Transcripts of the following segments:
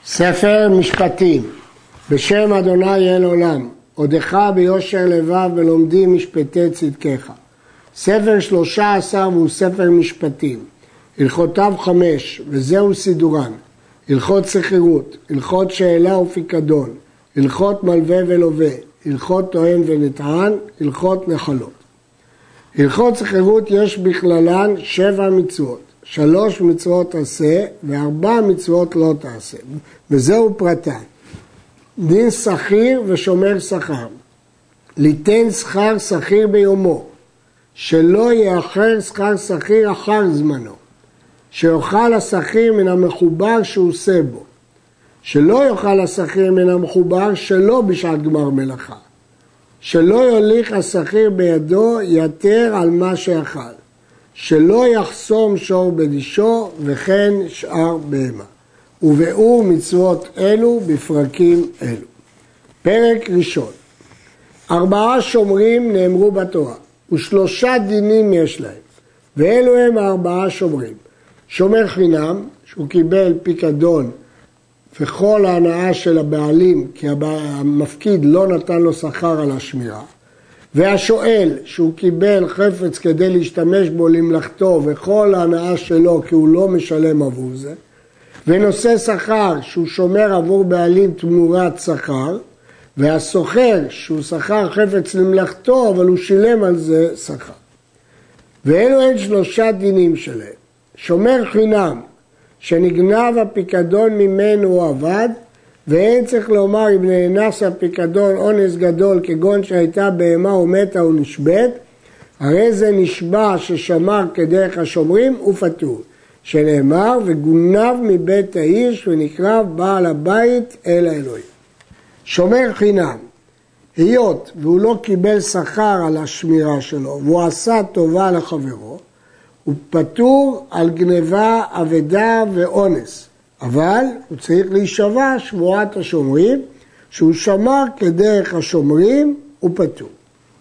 ספר משפטים, בשם אדוני אל עולם, עודך ביושר לבב ולומדים משפטי צדקך. ספר 13 והוא ספר משפטים, הלכותיו 5 וזהו סידורן, הלכות שכירות, הלכות שאלה ופיקדון, הלכות מלווה ולווה, הלכות טוען ונטען, הלכות נחלות. הלכות שכירות יש בכללן 7 מצוות, 3 מצוות עשה ו4 מצוות לא תעשה, וזהו פרטן. דין שכיר ושומר שכר, ליתן שכר שכיר ביומו, שלא יאחר שכר שכיר אחר זמנו, שיאכל השכיר מן המחובר שהוא עושה בו, שלא יאכל השכיר מן המחובר שלא בשעת גמר מלאכה, שלא יוליך השכיר בידו יתר על מה שיאכל, שלא יחסום שור בדישו וכן שאר בהמה. ובאו מצוות אלו בפרקים אלו. פרק ראשון. 4 שומרים נאמרו בתורה, ו3 דינים יש להם, ואלו הם 4 שומרים. שומר חינם, שהוא קיבל פיקדון וכל ההנאה של הבעלים, כי המפקיד לא נתן לו שכר על השמירה, והשואל, שהוא קיבל חפץ כדי להשתמש בו למלאכתו וכל ההנאה שלו כי הוא לא משלם עבור זה, ונושא שכר שהוא שומר עבור בעלים תמורת שכר, והסוחר שהוא שכר חפץ למלאכתו אבל הוא שילם על זה שכר. ואלו הם 3 דינים שלהם. שומר חינם שנגנב הפיקדון ממנו הוא עבד, ואין צריך לומר אם נאנס הפיקדון אונס גדול כגון שהייתה בהמה או מתה או נשבית, הרי זה נשבע ששמר כדרך השומרים ופטור, שנאמר וגונב מבית האיש ונקרב בעל הבית אל האלוהים. שומר חינם, היות והוא לא קיבל שכר על השמירה שלו והוא עשה טובה לחברו, הוא פטור על גנבה, אבדה ואונס. אבל הוא צריך להישבע שבועת השומרים, שהוא שמר כדרך השומרים, הוא פטור.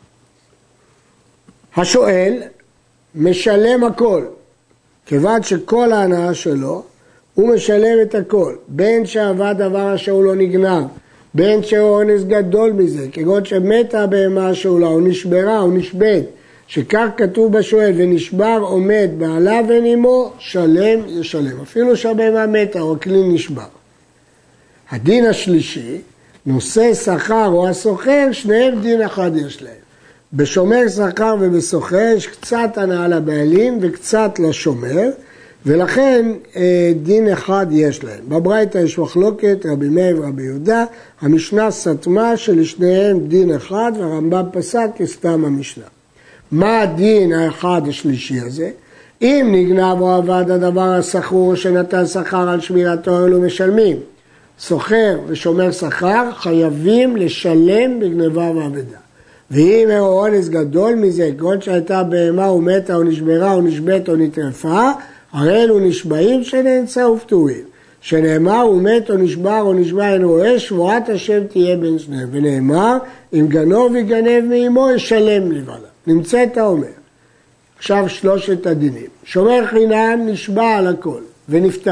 השואל משלם הכל, כיוון שכל ההנאה שלו, הוא משלם את הכל, בין שעבד דבר אשר הוא לא נגנב, בין שהוא אונס גדול מזה, כגון שמתה בהמה שאולה, או נשברה, או נשבית, שכך כתוב בשואל, ונשבר עומד בעלה ונימו, שלם ישלם. אפילו שהבהמה מתה או הכלי נשבר. הדין השלישי, נושא שכר או הסוחר, שניהם דין אחד יש להם. בשומר שכר ובסוחר יש קצת הנאה לבעלים וקצת לשומר, ולכן דין אחד יש להם. בברייתא יש מחלוקת, רבי מאיר ורבי יהודה, המשנה סתמה שלשניהם דין אחד, והרמב"ם פסק כסתם המשנה. מה הדין האחד השלישי הזה? אם נגנב או עבד הדבר הסחור שנתן שכר על שמירתו, אלו משלמים. סוחר ושומר שכר חייבים לשלם בגנבה ועבדה. ואם הוא אונס גדול מזה, כגון שהייתה בהמה ומתה או נשברה או נשבית או נטרפה, הרי אלו נשבעים שנאנסה ופטורים. שנאמר הוא מת או נשבר או נשבע אין רואה, שבועת השם תהיה בין שניהם. ונאמר אם גנוב יגנב מאמו ישלם לבעלה. נמצאת האומר. עכשיו 3 הדינים. שומר חינם נשבע על הכל ונפטר.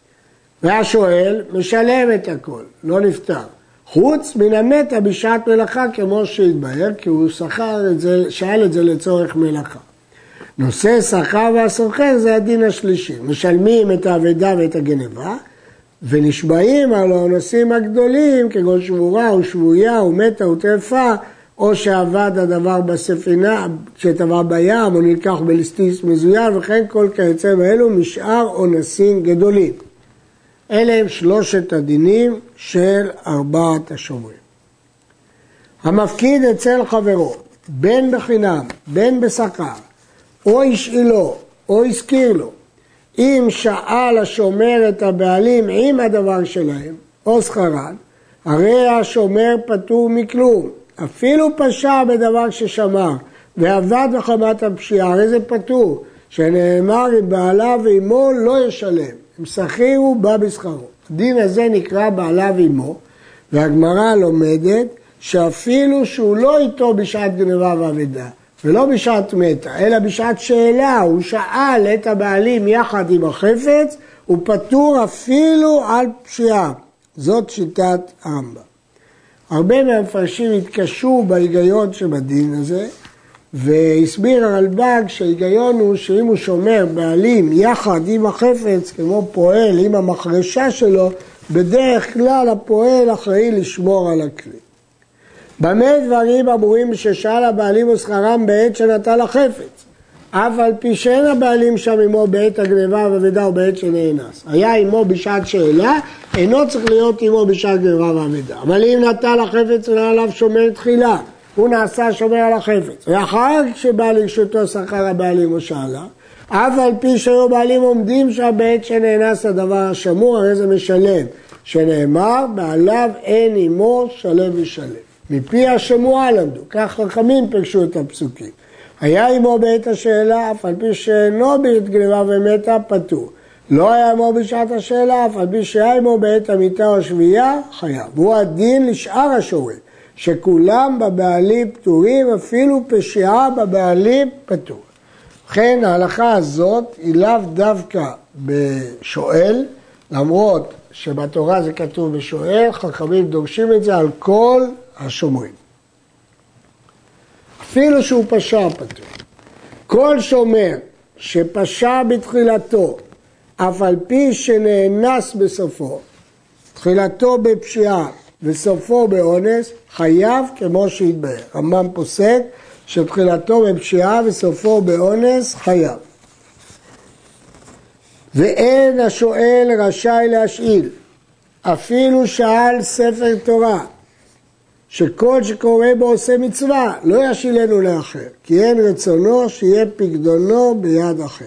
והשואל משלם את הכל, לא נפטר. חוץ מן המתה בשעת מלאכה כמו שהתבהר, כי הוא שאל את זה לצורך מלאכה. נושא שכר והסוחר זה הדין השלישי. משלמים את האבדה ואת הגנבה, ונשבעים על האונסים הגדולים, כגון שבורה או שבויה או מתה או טרפה, או שעבד הדבר בספינה, שטבע בים, או נלקח בליסטיס מזוין, וכן כל כיוצא באלו משאר אונסים גדולים. אלה הם 3 הדינים של 4 השומרים. המפקיד אצל חברו, בין בחינם, בין בשכר, או השאילו, או הזכיר לו, אם שאל השומר את הבעלים עם הדבר שלהם, או שכרן, הרי השומר פטור מכלום. אפילו פשע בדבר ששמר, ועבד מחמת הפשיעה, הרי זה פטור, שנאמר אם בעלה ואמו לא ישלם, אם שכיר הוא בא בשכרו. הדין הזה נקרא בעלה ואמו, והגמרא לומדת שאפילו שהוא לא איתו בשעת גנבה ואבדה, ולא בשעת מתה, אלא בשעת שאלה, הוא שאל את הבעלים יחד עם החפץ, הוא פטור אפילו על פשיעה. זאת שיטת הרמב"ם. הרבה מהמפרשים התקשו בהיגיון שבדין הזה, והסביר הרלב"ג שההיגיון הוא שאם הוא שומר בעלים יחד עם החפץ, כמו פועל עם המחרשה שלו, בדרך כלל הפועל אחראי לשמור על הכלי. במה דברים אמורים ששאל הבעלים ושכרם בעת שנטל החפץ? אף על פי שאין הבעלים שם עמו בעת הגניבה והאבדה או בעת שנאנס. היה עמו בשעת שאלה, אינו צריך להיות עמו בשעת גניבה והאבדה. אבל אם נטל החפץ עליו שומר תחילה, הוא נעשה שומר על החפץ. ואחר שבא לרשותו שכר הבעלים או שאלה, אף על פי שהיו בעלים עומדים שם בעת שנאנס הדבר השמור, הרי זה משלם. שנאמר, בעליו אין עמו שלם ושלם. מפי השמועה למדו, כך חכמים פגשו את הפסוקים. היה עמו בעת השאלה, אף על פי שאינו בעת גניבה ומתה, פטור. לא היה עמו בשעת השאלה, אף על פי שהיה עמו בעת המיתה או שבייה, חייב. והוא הדין לשאר השורים, שכולם בבעלים פטורים, אפילו פשיעה בבעלים פטור. לכן ההלכה הזאת היא לאו דווקא בשואל, למרות שבתורה זה כתוב בשואל, חכמים דורשים את זה על כל השומרים. אפילו שהוא פשע פטור. כל שומר שפשע בתחילתו, אף על פי שנאנס בסופו, תחילתו בפשיעה וסופו באונס, חייב כמו שהתבהר. רמב"ם פוסק שתחילתו בפשיעה וסופו באונס, חייב. ואין השואל רשאי להשאיל, אפילו שאל ספר תורה, שכל שקורא בו עושה מצווה, לא ישאילנו לאחר, כי אין רצונו שיהיה פקדונו ביד אחר.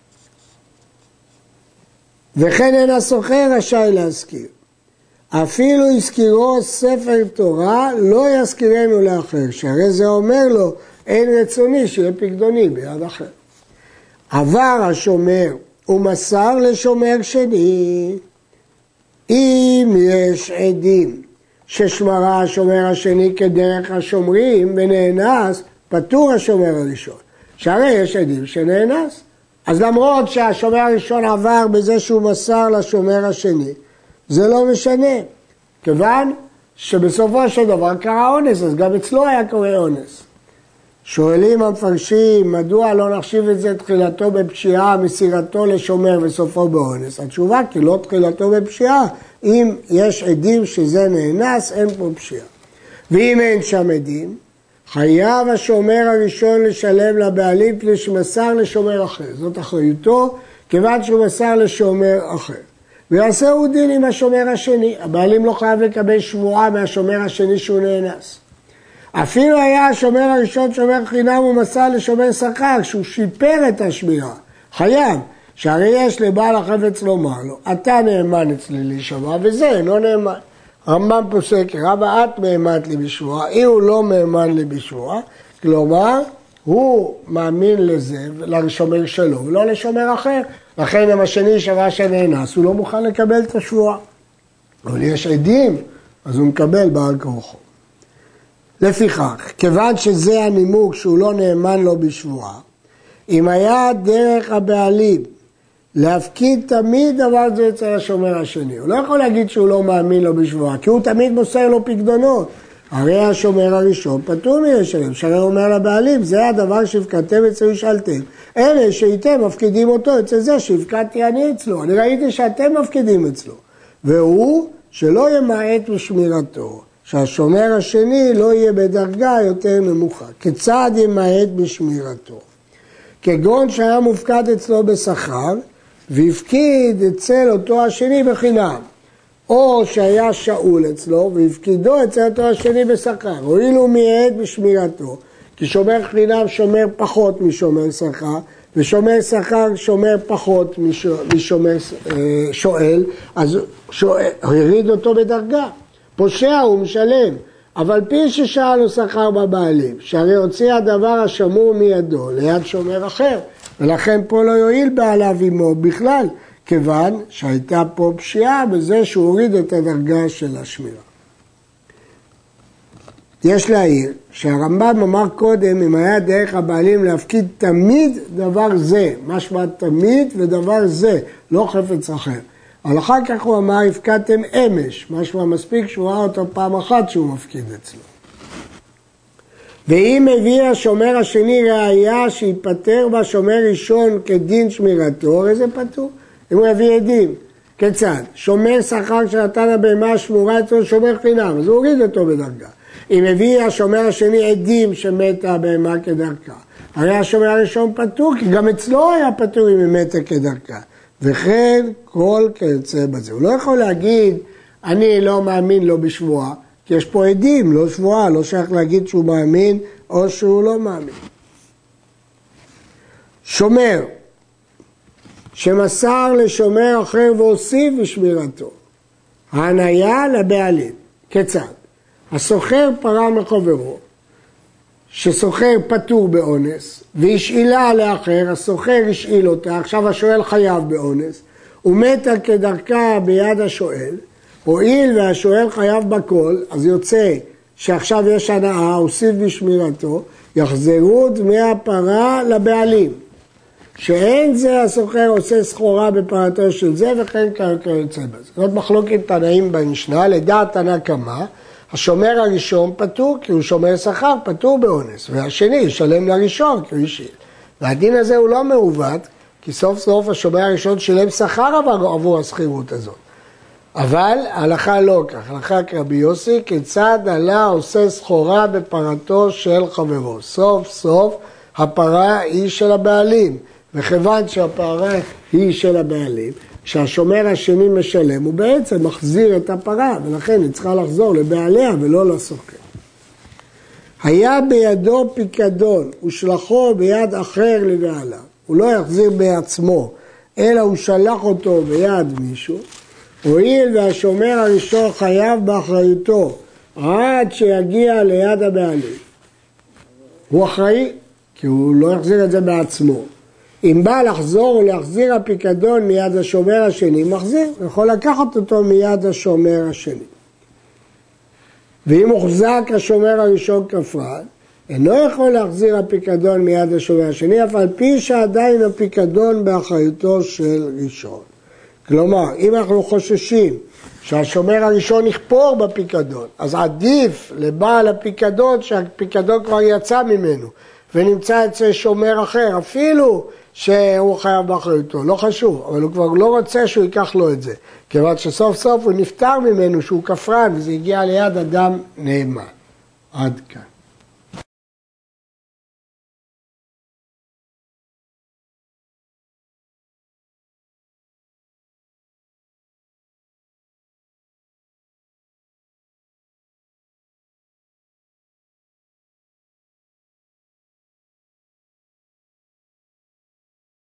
וכן אין הסוחר רשאי להזכיר. אפילו הזכירו ספר תורה, לא יזכירנו לאחר, שהרי זה אומר לו, אין רצוני שיהיה פקדוני ביד אחר. עבר השומר ומסר לשומר שני, אם יש עדים ששמרה השומר השני כדרך השומרים ונאנס, פטור השומר הראשון. שהרי יש עדים שנאנס. אז למרות שהשומר הראשון עבר בזה שהוא מסר לשומר השני, זה לא משנה. כיוון שבסופו של דבר קרה אונס, אז גם אצלו היה קורה אונס. שואלים המפרשים, מדוע לא נחשיב את זה תחילתו בפשיעה, מסירתו לשומר וסופו באונס? התשובה, כי לא תחילתו בפשיעה. אם יש עדים שזה נאנס, אין פה פשיעה. ואם אין שם עדים, חייב השומר הראשון לשלם לבעלים פני שמסר לשומר אחר. זאת אחריותו, כיוון שהוא מסר לשומר אחר. ויעשהו דין עם השומר השני. הבעלים לא חייב לקבל שבועה מהשומר השני שהוא נאנס. אפילו היה השומר הראשון שומר חינם ומסר לשומר שכר, כשהוא שיפר את השמירה. חייב, שהרי יש לבעל החפץ לומר לו, אתה נאמן אצלי להישבע, וזה אינו נאמן. רמב"ם פוסק, רבא את נאמנת לי בשבועה, אם הוא לא נאמן לי בשבועה, כלומר, הוא מאמין לזה, לשומר שלו, ולא לשומר אחר. לכן אם השני שבע שנאנס, הוא לא מוכן לקבל את השבועה. אבל יש עדים, אז הוא מקבל בעל כורחו. לפיכך, כיוון שזה הנימוק שהוא לא נאמן לו בשבועה, אם היה דרך הבעלים להפקיד תמיד דבר זה אצל השומר השני, הוא לא יכול להגיד שהוא לא מאמין לו בשבועה, כי הוא תמיד מוסר לו פקדונות. הרי השומר הראשון פטור מלשלם, שהרי אומר לבעלים, זה הדבר שהפקדתם אצל ושאלתם. אלה שהייתם מפקידים אותו אצל זה שהפקדתי אני אצלו, אני ראיתי שאתם מפקידים אצלו. והוא שלא ימעט בשמירתו, שהשומר השני לא יהיה בדרגה יותר נמוכה. כיצד ימעט בשמירתו? כגון שהיה מופקד אצלו בשכר, והפקיד אצל אותו השני בחינם. או שהיה שאול אצלו, והפקידו אצל אותו השני בשכר. הואילו מיעט בשמירתו, כי שומר חינם שומר פחות משומר שכר, ושומר שכר שומר פחות משומר שואל, אז הוריד אותו בדרגה. פושע הוא משלם, אבל פי ששאל לו שכר בבעלים, שהרי הוציא הדבר השמור מידו ליד שומר אחר, ולכן פה לא יועיל בעליו עמו בכלל, כיוון שהייתה פה פשיעה בזה שהוא הוריד את הדרגה של השמירה. יש להעיר שהרמב"ם אמר קודם, אם היה דרך הבעלים להפקיד תמיד דבר זה, משמע תמיד ודבר זה, לא חפץ אחר. אבל אחר כך הוא אמר, הפקדתם אמש, משמע מספיק שהוא ראה אותו פעם אחת שהוא מפקיד אצלו. ואם הביא השומר השני ראיה שיפטר בשומר ראשון כדין שמירתו, הרי זה פטור. אם הוא הביא עדים, כיצד? שומר שכר שנתן הבהמה שמורה אצלו שומר חינם, אז הוא הוריד אותו בדרגה. אם הביא השומר השני עדים שמתה הבהמה כדרכה, הרי השומר הראשון פטור, כי גם אצלו היה פטור אם היא מתה כדרכה. וכן כל כיוצא בזה. הוא לא יכול להגיד, אני לא מאמין לו בשבועה, כי יש פה עדים, לא שבועה, לא שייך להגיד שהוא מאמין או שהוא לא מאמין. שומר, שמסר לשומר אחר והוסיף בשמירתו, העניה לבעלים. כיצד? הסוחר פרה מחברו, שסוחר פטור באונס, והשאילה לאחר, הסוחר השאיל אותה, עכשיו השואל חייב באונס, ומתה כדרכה ביד השואל, הואיל והשואל חייב בכל, אז יוצא שעכשיו יש הנאה, הוסיף בשמירתו, יחזרו דמי הפרה לבעלים. שאין זה הסוחר עושה סחורה בפרתו של זה, וכן כיוצא בזה. זאת מחלוקת תנאים במשנה, לדעת תנא קמא, השומר הראשון פטור כי הוא שומר שכר, פטור באונס, והשני ישלם לראשון כי הוא השאיל. והדין הזה הוא לא מעוות, כי סוף סוף השומר הראשון שילם שכר עבור השכירות הזאת. אבל הלכה לא כך, הלכה כרבי יוסי, כיצד עלה עושה סחורה בפרתו של חברו. סוף סוף הפרה היא של הבעלים, וכיוון שהפרה היא של הבעלים, כשהשומר השני משלם, הוא בעצם מחזיר את הפרה, ולכן היא צריכה לחזור לבעליה ולא לסוחר. היה בידו פיקדון, ושלחו ביד אחר לבעלה. הוא לא יחזיר בעצמו, אלא הוא שלח אותו ביד מישהו, הואיל והשומר הראשון חייב באחריותו, עד שיגיע ליד הבעלים. הוא אחראי, כי הוא לא יחזיר את זה בעצמו. אם בא לחזור או להחזיר הפיקדון מיד השומר השני, מחזיר, יכול לקחת אותו מיד השומר השני. ואם הוחזק השומר הראשון כפרד, אינו יכול להחזיר הפיקדון מיד השומר השני, אף על פי שעדיין הפיקדון באחריותו של ראשון. כלומר, אם אנחנו חוששים שהשומר הראשון יכפור בפיקדון, אז עדיף לבעל הפיקדון שהפיקדון כבר יצא ממנו, ונמצא אצל שומר אחר, אפילו שהוא חייב באחריותו, לא חשוב, אבל הוא כבר לא רוצה שהוא ייקח לו את זה, כיוון שסוף סוף הוא נפטר ממנו שהוא כפרן, וזה הגיע ליד אדם נאמן. עד כאן.